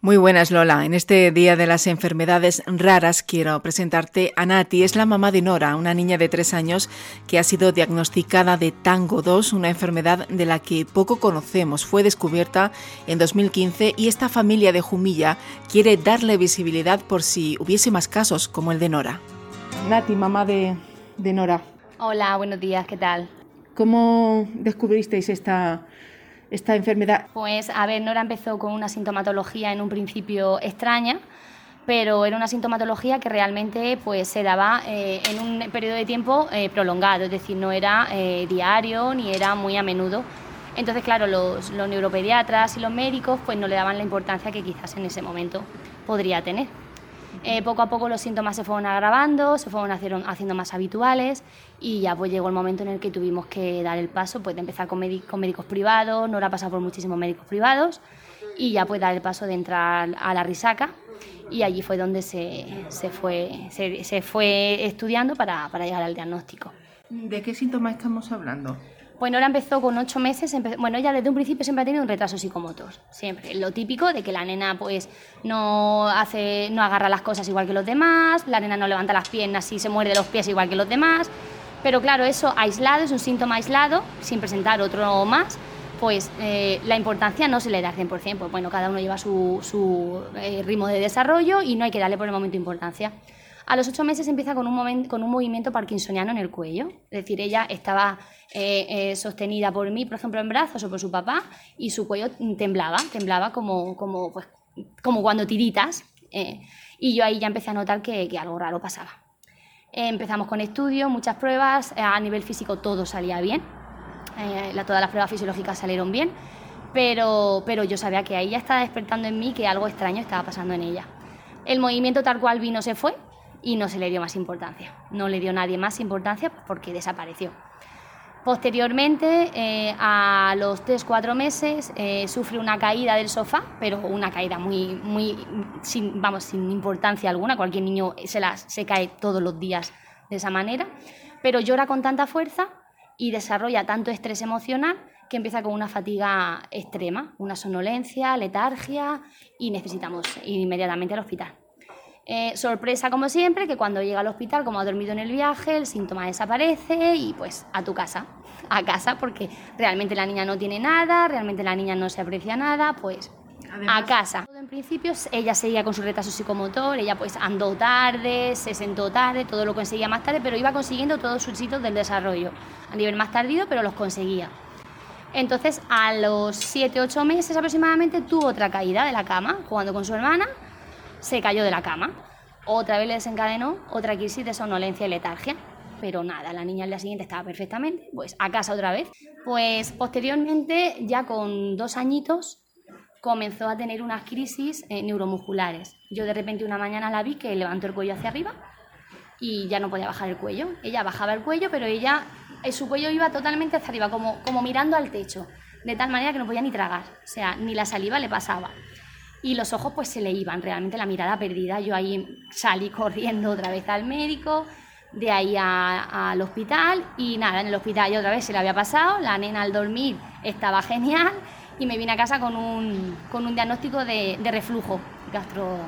Muy buenas, Lola. En este Día de las Enfermedades Raras quiero presentarte a Nati. Es la mamá de Nora, una niña de 3 años que ha sido diagnosticada de Tango 2, una enfermedad de la que poco conocemos. Fue descubierta en 2015 y esta familia de Jumilla quiere darle visibilidad por si hubiese más casos como el de Nora. Nati, mamá de Nora. Hola, buenos días, ¿qué tal? ¿Cómo descubristeis esta enfermedad? Pues a ver, Nora empezó con una sintomatología en un principio extraña, pero era una sintomatología que realmente pues, se daba en un periodo de tiempo prolongado, es decir, no era diario ni era muy a menudo. Entonces, claro, los neuropediatras y los médicos pues, no le daban la importancia que quizás en ese momento podría tener. Poco a poco los síntomas se fueron agravando, se fueron haciendo más habituales y ya pues llegó el momento en el que tuvimos que dar el paso pues, de empezar con médicos privados. Nora ha pasado por muchísimos médicos privados y ya pues dar el paso de entrar a la Risaca, y allí fue donde se fue estudiando para llegar al diagnóstico. ¿De qué síntomas estamos hablando? Pues Nora empezó con 8 meses, ella desde un principio siempre ha tenido un retraso psicomotor, siempre, lo típico de que la nena pues no agarra las cosas igual que los demás, la nena no levanta las piernas y se muerde los pies igual que los demás, pero claro, eso aislado, es un síntoma aislado, sin presentar otro más, pues la importancia no se le da al 100%, pues bueno, cada uno lleva su ritmo de desarrollo y no hay que darle por el momento importancia. A los 8 meses empieza con un movimiento parkinsoniano en el cuello, es decir, ella estaba sostenida por mí, por ejemplo, en brazos o por su papá, y su cuello temblaba como cuando tiritas, y yo ahí ya empecé a notar que algo raro pasaba. Empezamos con estudios, muchas pruebas, a nivel físico todo salía bien, todas las pruebas fisiológicas salieron bien, pero yo sabía que ahí ya estaba despertando en mí que algo extraño estaba pasando en ella. El movimiento tal cual vino se fue y no se le dio más importancia, no le dio nadie más importancia porque desapareció. Posteriormente, a los 3-4 meses, sufre una caída del sofá, pero una caída sin importancia alguna. Cualquier niño se cae todos los días de esa manera, pero llora con tanta fuerza y desarrolla tanto estrés emocional que empieza con una fatiga extrema, una somnolencia, letargia, y necesitamos ir inmediatamente al hospital. Sorpresa como siempre, que cuando llega al hospital, como ha dormido en el viaje, el síntoma desaparece y pues a casa, porque realmente la niña no tiene nada, realmente la niña no se aprecia nada, pues además, a casa. En principio ella seguía con su retraso psicomotor, ella pues andó tarde, se sentó tarde, todo lo conseguía más tarde, pero iba consiguiendo todos sus hitos del desarrollo, a nivel más tardío, pero los conseguía. Entonces a los 7-8 meses aproximadamente tuvo otra caída de la cama, jugando con su hermana. Se cayó de la cama, otra vez le desencadenó otra crisis de somnolencia y letargia, pero nada, la niña al día siguiente estaba perfectamente, pues a casa otra vez. Pues posteriormente, ya con 2 añitos, comenzó a tener unas crisis neuromusculares. Yo de repente una mañana la vi que levantó el cuello hacia arriba y ya no podía bajar el cuello. Ella bajaba el cuello, pero su cuello iba totalmente hacia arriba, como mirando al techo, de tal manera que no podía ni tragar, o sea, ni la saliva le pasaba. Y los ojos pues se le iban, realmente la mirada perdida. Yo ahí salí corriendo otra vez al médico, de ahí al hospital, y nada, en el hospital ya otra vez se le había pasado, la nena al dormir estaba genial, y me vine a casa con un diagnóstico de reflujo gastro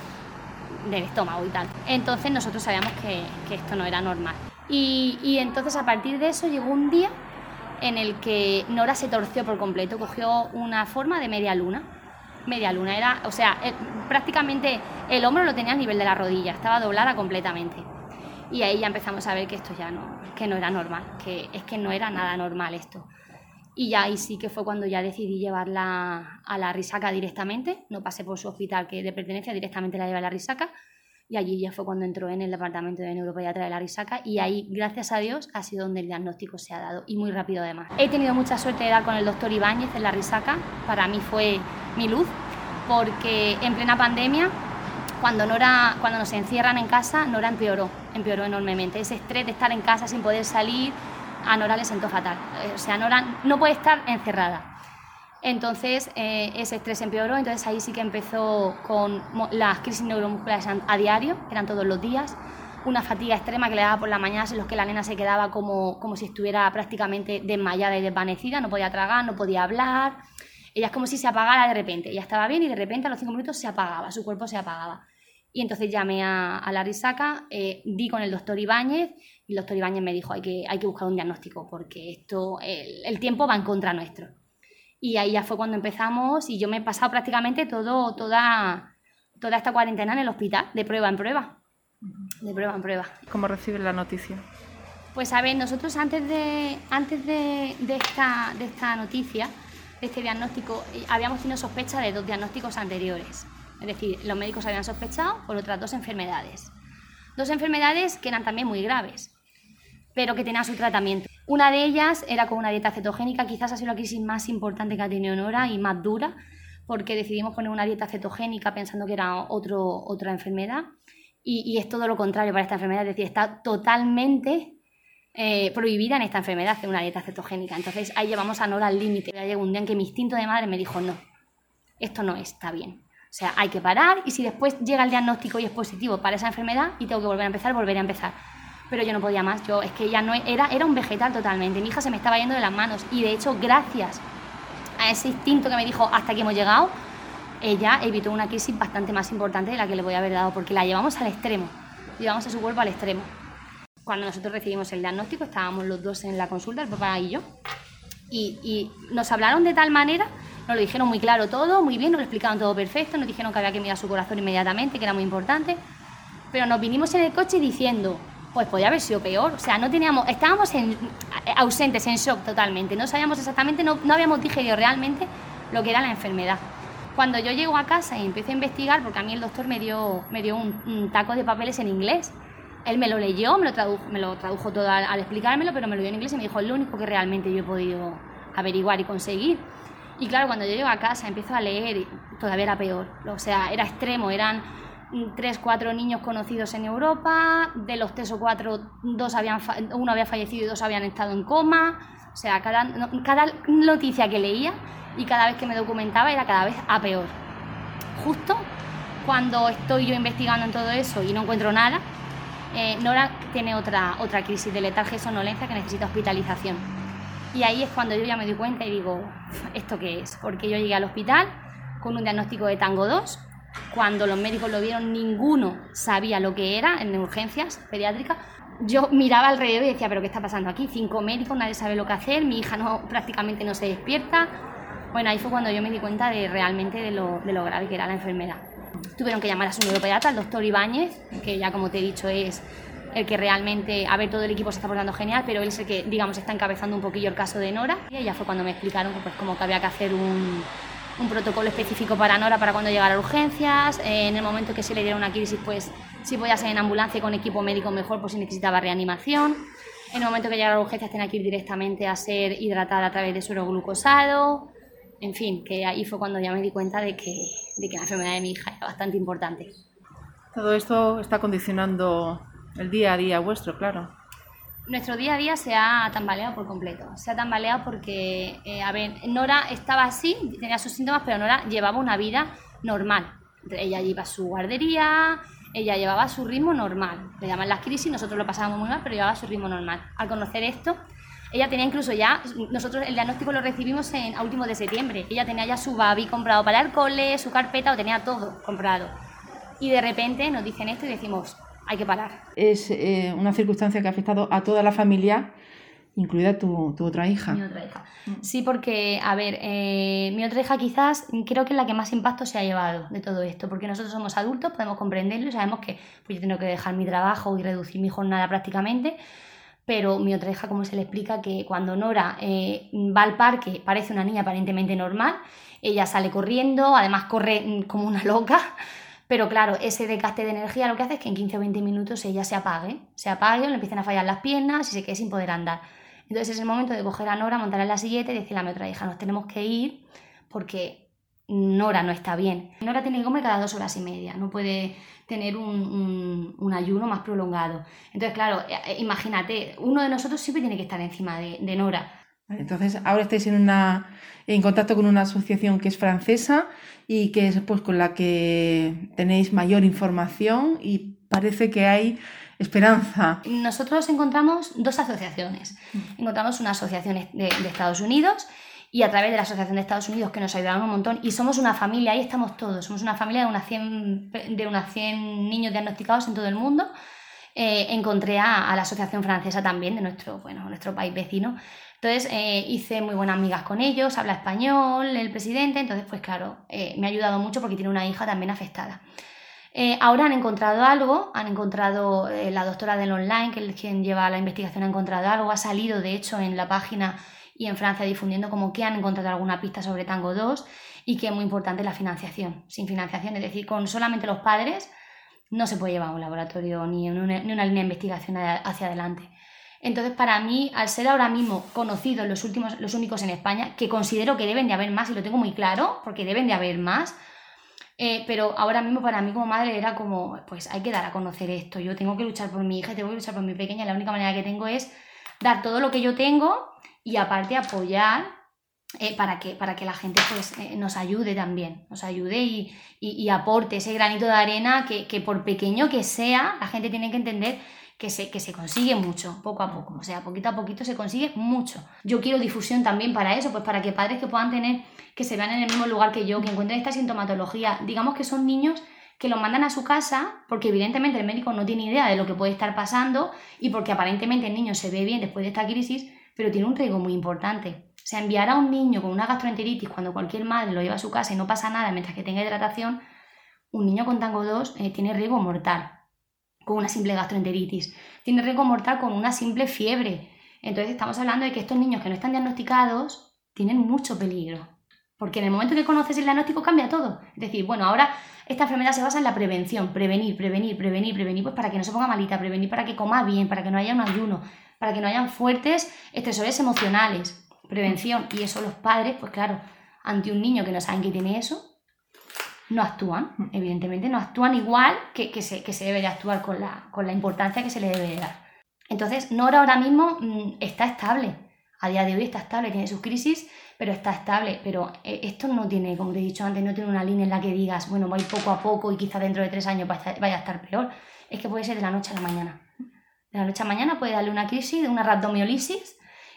del estómago y tal. Entonces nosotros sabíamos que esto no era normal. Y entonces a partir de eso llegó un día en el que Nora se torció por completo, cogió una forma de media luna era, o sea, prácticamente el hombro lo tenía a nivel de la rodilla, estaba doblada completamente. Y ahí ya empezamos a ver que esto ya no era normal, que es que no era nada normal esto. Y ya ahí sí que fue cuando ya decidí llevarla a la Risaca directamente, no pasé por su hospital que de pertenencia, directamente la llevé a la Risaca, y allí ya fue cuando entró en el departamento de neuropediatría de la Risaca, y ahí, gracias a Dios, ha sido donde el diagnóstico se ha dado, y muy rápido además. He tenido mucha suerte de dar con el doctor Ibáñez en la Risaca, para mí fue mi luz, porque en plena pandemia, cuando nos encierran en casa, Nora empeoró enormemente. Ese estrés de estar en casa sin poder salir, a Nora le sentó fatal. O sea, Nora no puede estar encerrada. Entonces, ese estrés empeoró, entonces ahí sí que empezó con las crisis neuromusculares a diario, eran todos los días, una fatiga extrema que le daba por las mañanas en los que la nena se quedaba como si estuviera prácticamente desmayada y desvanecida, no podía tragar, no podía hablar. Ella es como si se apagara de repente. Ella estaba bien y de repente a los 5 minutos se apagaba, su cuerpo se apagaba. Y entonces llamé a la risaca, di con el doctor Ibáñez y el doctor Ibáñez me dijo hay que buscar un diagnóstico porque esto, el tiempo va en contra nuestro. Y ahí ya fue cuando empezamos y yo me he pasado prácticamente toda esta cuarentena en el hospital, de prueba en prueba. De prueba en prueba. ¿Cómo recibes la noticia? Pues a ver, nosotros antes de esta noticia, de este diagnóstico, habíamos tenido sospecha de 2 diagnósticos anteriores. Es decir, los médicos habían sospechado por otras 2 enfermedades. 2 enfermedades que eran también muy graves, pero que tenían su tratamiento. Una de ellas era con una dieta cetogénica, quizás ha sido la crisis más importante que ha tenido Nora y más dura, porque decidimos poner una dieta cetogénica pensando que era otra enfermedad, y es todo lo contrario para esta enfermedad, es decir, está totalmente prohibida en esta enfermedad hacer una dieta cetogénica. Entonces ahí llevamos a Nora al límite. Ya llegó un día en que mi instinto de madre me dijo, no, esto no está bien. O sea, hay que parar y si después llega el diagnóstico y es positivo para esa enfermedad y tengo que volver a empezar. Pero yo no podía más, es que ella no era un vegetal totalmente. Mi hija se me estaba yendo de las manos y de hecho, gracias a ese instinto que me dijo hasta aquí hemos llegado, ella evitó una crisis bastante más importante de la que le voy a haber dado porque la llevamos al extremo, llevamos a su cuerpo al extremo. Cuando nosotros recibimos el diagnóstico estábamos los 2 en la consulta, el papá y yo, y nos hablaron de tal manera, nos lo dijeron muy claro todo, muy bien, nos lo explicaron todo perfecto, nos dijeron que había que mirar su corazón inmediatamente, que era muy importante, pero nos vinimos en el coche diciendo, pues podía haber sido peor, o sea, estábamos ausentes, en shock totalmente, no sabíamos exactamente, no habíamos digerido realmente lo que era la enfermedad. Cuando yo llego a casa y empiezo a investigar, porque a mí el doctor me dio un taco de papeles en inglés, él me lo leyó, me lo tradujo todo al explicármelo, pero me lo dio en inglés y me dijo, es lo único que realmente yo he podido averiguar y conseguir. Y claro, cuando yo llego a casa empiezo a leer, todavía era peor, o sea, era extremo, eran 3, 4 niños conocidos en Europa, de los 3 o 4, uno había fallecido y 2 habían estado en coma, o sea, cada noticia que leía y cada vez que me documentaba era cada vez a peor. Justo cuando estoy yo investigando en todo eso y no encuentro nada, Nora tiene otra crisis de letargia y somnolencia que necesita hospitalización. Y ahí es cuando yo ya me doy cuenta y digo, ¿esto qué es? Porque yo llegué al hospital con un diagnóstico de Tango 2. Cuando los médicos lo vieron, ninguno sabía lo que era en urgencias pediátricas. Yo miraba alrededor y decía, ¿pero qué está pasando aquí? 5 médicos, nadie sabe lo que hacer, mi hija prácticamente no se despierta. Bueno, ahí fue cuando yo me di cuenta realmente de lo grave que era la enfermedad. Tuvieron que llamar a su neuropediatra, al doctor Ibáñez, que ya como te he dicho es el que realmente, a ver, todo el equipo se está portando genial, pero él es el que, digamos, está encabezando un poquillo el caso de Nora. Y ya fue cuando me explicaron pues, como que había que hacer un protocolo específico para Nora para cuando llegara a urgencias. En el momento que se le diera una crisis, pues si podía ser en ambulancia con equipo médico mejor, pues si necesitaba reanimación. En el momento que llegara a urgencias tenía que ir directamente a ser hidratada a través de suero glucosado. En fin, que ahí fue cuando ya me di cuenta de que la enfermedad de mi hija era bastante importante. Todo esto está condicionando el día a día vuestro, claro. Nuestro día a día se ha tambaleado por completo. Se ha tambaleado porque, Nora estaba así, tenía sus síntomas, pero Nora llevaba una vida normal. Ella iba a su guardería, ella llevaba su ritmo normal. Le llaman las crisis, nosotros lo pasábamos muy mal, pero llevaba su ritmo normal. Al conocer esto, ella tenía incluso ya, nosotros el diagnóstico lo recibimos a últimos de septiembre. Ella tenía ya su baby comprado para el cole, su carpeta, lo tenía todo comprado. Y de repente nos dicen esto y decimos, hay que parar. Es una circunstancia que ha afectado a toda la familia, incluida tu otra hija. Mi otra hija. Sí, porque, mi otra hija quizás creo que es la que más impacto se ha llevado de todo esto, porque nosotros somos adultos, podemos comprenderlo y sabemos que pues, yo tengo que dejar mi trabajo y reducir mi jornada prácticamente, pero mi otra hija, como se le explica, que cuando Nora va al parque parece una niña aparentemente normal, ella sale corriendo, además corre como una loca. Pero claro, ese desgaste de energía lo que hace es que en 15 o 20 minutos ella se apague, le empiezan a fallar las piernas y se quede sin poder andar. Entonces es el momento de coger a Nora, montarla en la silleta y decirle a mi otra hija, nos tenemos que ir porque Nora no está bien. Nora tiene que comer cada 2 horas y media, no puede tener un ayuno más prolongado. Entonces claro, imagínate, uno de nosotros siempre tiene que estar encima de Nora. Entonces ahora estáis en contacto con una asociación que es francesa y que es pues con la que tenéis mayor información y parece que hay esperanza. Nosotros encontramos 2 asociaciones. Encontramos una asociación de Estados Unidos y a través de la Asociación de Estados Unidos, que nos ayudaron un montón, y somos una familia, ahí estamos todos, somos una familia de unas 100 niños diagnosticados en todo el mundo. Encontré a la Asociación Francesa también, de nuestro país vecino. Entonces hice muy buenas amigas con ellos, habla español el presidente, entonces pues claro, me ha ayudado mucho porque tiene una hija también afectada. Ahora han encontrado algo, la doctora del online, que es quien lleva la investigación, ha encontrado algo, ha salido de hecho en la página y en Francia difundiendo como que han encontrado alguna pista sobre Tango 2 y que es muy importante la financiación. Sin financiación, es decir, con solamente los padres no se puede llevar un laboratorio ni una línea de investigación hacia adelante. Entonces, para mí, al ser ahora mismo conocidos los únicos en España, que considero que deben de haber más, y lo tengo muy claro, porque deben de haber más, pero ahora mismo para mí como madre era como, pues hay que dar a conocer esto, yo tengo que luchar por mi hija, tengo que luchar por mi pequeña, la única manera que tengo es dar todo lo que yo tengo y aparte apoyar para que la gente pues, nos ayude también, nos ayude y aporte ese granito de arena que por pequeño que sea, la gente tiene que entender que se consigue mucho, poco a poco, o sea, poquito a poquito se consigue mucho. Yo quiero difusión también para eso, pues para que padres que puedan tener, que se vean en el mismo lugar que yo, que encuentren esta sintomatología, digamos que son niños que los mandan a su casa porque evidentemente el médico no tiene idea de lo que puede estar pasando y porque aparentemente el niño se ve bien después de esta crisis, pero tiene un riesgo muy importante. O sea, enviar a un niño con una gastroenteritis cuando cualquier madre lo lleva a su casa y no pasa nada mientras que tenga hidratación, un niño con Tango 2 tiene riesgo mortal con una simple gastroenteritis, tiene riesgo mortal con una simple fiebre. Entonces estamos hablando de que estos niños que no están diagnosticados tienen mucho peligro, porque en el momento que conoces el diagnóstico cambia todo. Es decir, bueno, ahora esta enfermedad se basa en la prevención, prevenir, pues para que no se ponga malita, prevenir para que coma bien, para que no haya un ayuno, para que no hayan fuertes estresores emocionales, prevención. Y eso los padres, pues claro, ante un niño que no saben que tiene eso, no actúan, evidentemente no actúan igual que se debe de actuar con la importancia que se le debe de dar. Entonces, Nora ahora mismo está estable, a día de hoy está estable, tiene sus crisis, pero está estable. Pero esto no tiene, como te he dicho antes, no tiene una línea en la que digas, bueno, voy poco a poco y quizá dentro de 3 años vaya a estar peor. Es que puede ser de la noche a la mañana. De la noche a la mañana puede darle una crisis, una rhabdomiolisis,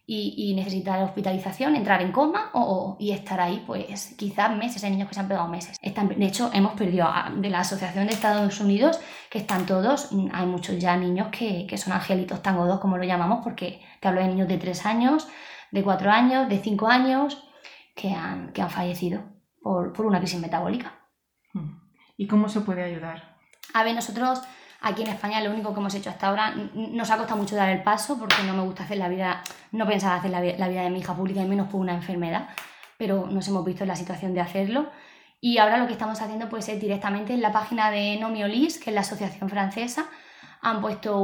y necesitar hospitalización, entrar en coma y estar ahí pues quizás meses. Hay niños que se han pegado meses. De hecho, hemos perdido de la Asociación de Estados Unidos, que están todos, hay muchos ya niños que son angelitos Tango 2, como lo llamamos, porque te hablo de niños de 3 años, de 4 años, de 5 años, que han fallecido por una crisis metabólica. ¿Y cómo se puede ayudar? A ver, nosotros aquí en España lo único que hemos hecho hasta ahora, nos ha costado mucho dar el paso porque no me gusta hacer no pensaba hacer la vida de mi hija pública y menos por una enfermedad, pero nos hemos visto en la situación de hacerlo. Y ahora lo que estamos haciendo pues es directamente en la página de Nomiolis, que es la asociación francesa, han puesto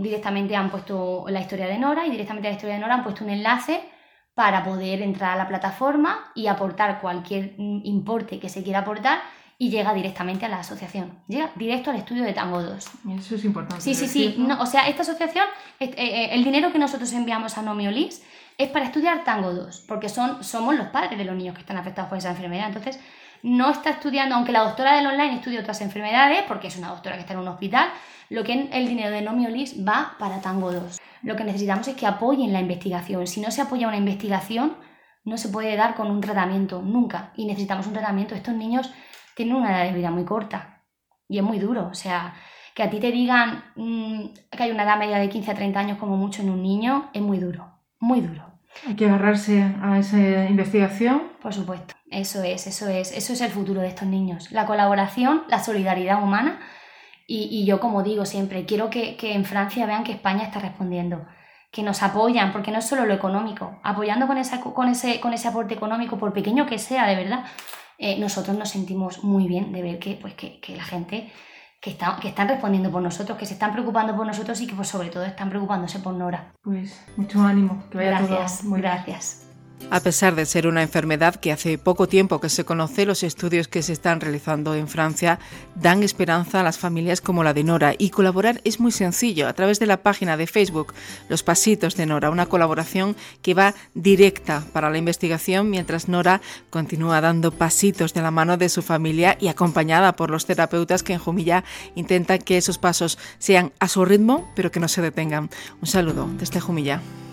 la historia de Nora, y directamente a la historia de Nora han puesto un enlace para poder entrar a la plataforma y aportar cualquier importe que se quiera aportar, y llega directamente a la asociación, llega directo al estudio de Tango 2. Eso es importante. Sí. No, o sea, esta asociación, el dinero que nosotros enviamos a Nomiolis es para estudiar Tango 2, porque somos los padres de los niños que están afectados por esa enfermedad. Entonces, no está estudiando, aunque la doctora del online estudie otras enfermedades, porque es una doctora que está en un hospital, lo que el dinero de Nomiolis va para Tango 2. Lo que necesitamos es que apoyen la investigación. Si no se apoya una investigación, no se puede dar con un tratamiento, nunca. Y necesitamos un tratamiento. Estos niños tienen una edad de vida muy corta y es muy duro. O sea, que a ti te digan que hay una edad media de 15 a 30 años como mucho en un niño, es muy duro, muy duro. Hay que agarrarse a esa investigación. Por supuesto, eso es el futuro de estos niños. La colaboración, la solidaridad humana, y yo, como digo siempre, quiero que en Francia vean que España está respondiendo, que nos apoyan, porque no es solo lo económico, apoyando con ese aporte económico, por pequeño que sea, de verdad. Nosotros nos sentimos muy bien de ver que la gente que están respondiendo por nosotros, que se están preocupando por nosotros y que pues, sobre todo están preocupándose por Nora. Pues mucho ánimo, que vaya gracias, todo muy bien. Gracias. A pesar de ser una enfermedad que hace poco tiempo que se conoce, los estudios que se están realizando en Francia dan esperanza a las familias como la de Nora, y colaborar es muy sencillo a través de la página de Facebook Los Pasitos de Nora, una colaboración que va directa para la investigación mientras Nora continúa dando pasitos de la mano de su familia y acompañada por los terapeutas que en Jumilla intentan que esos pasos sean a su ritmo pero que no se detengan. Un saludo desde Jumilla.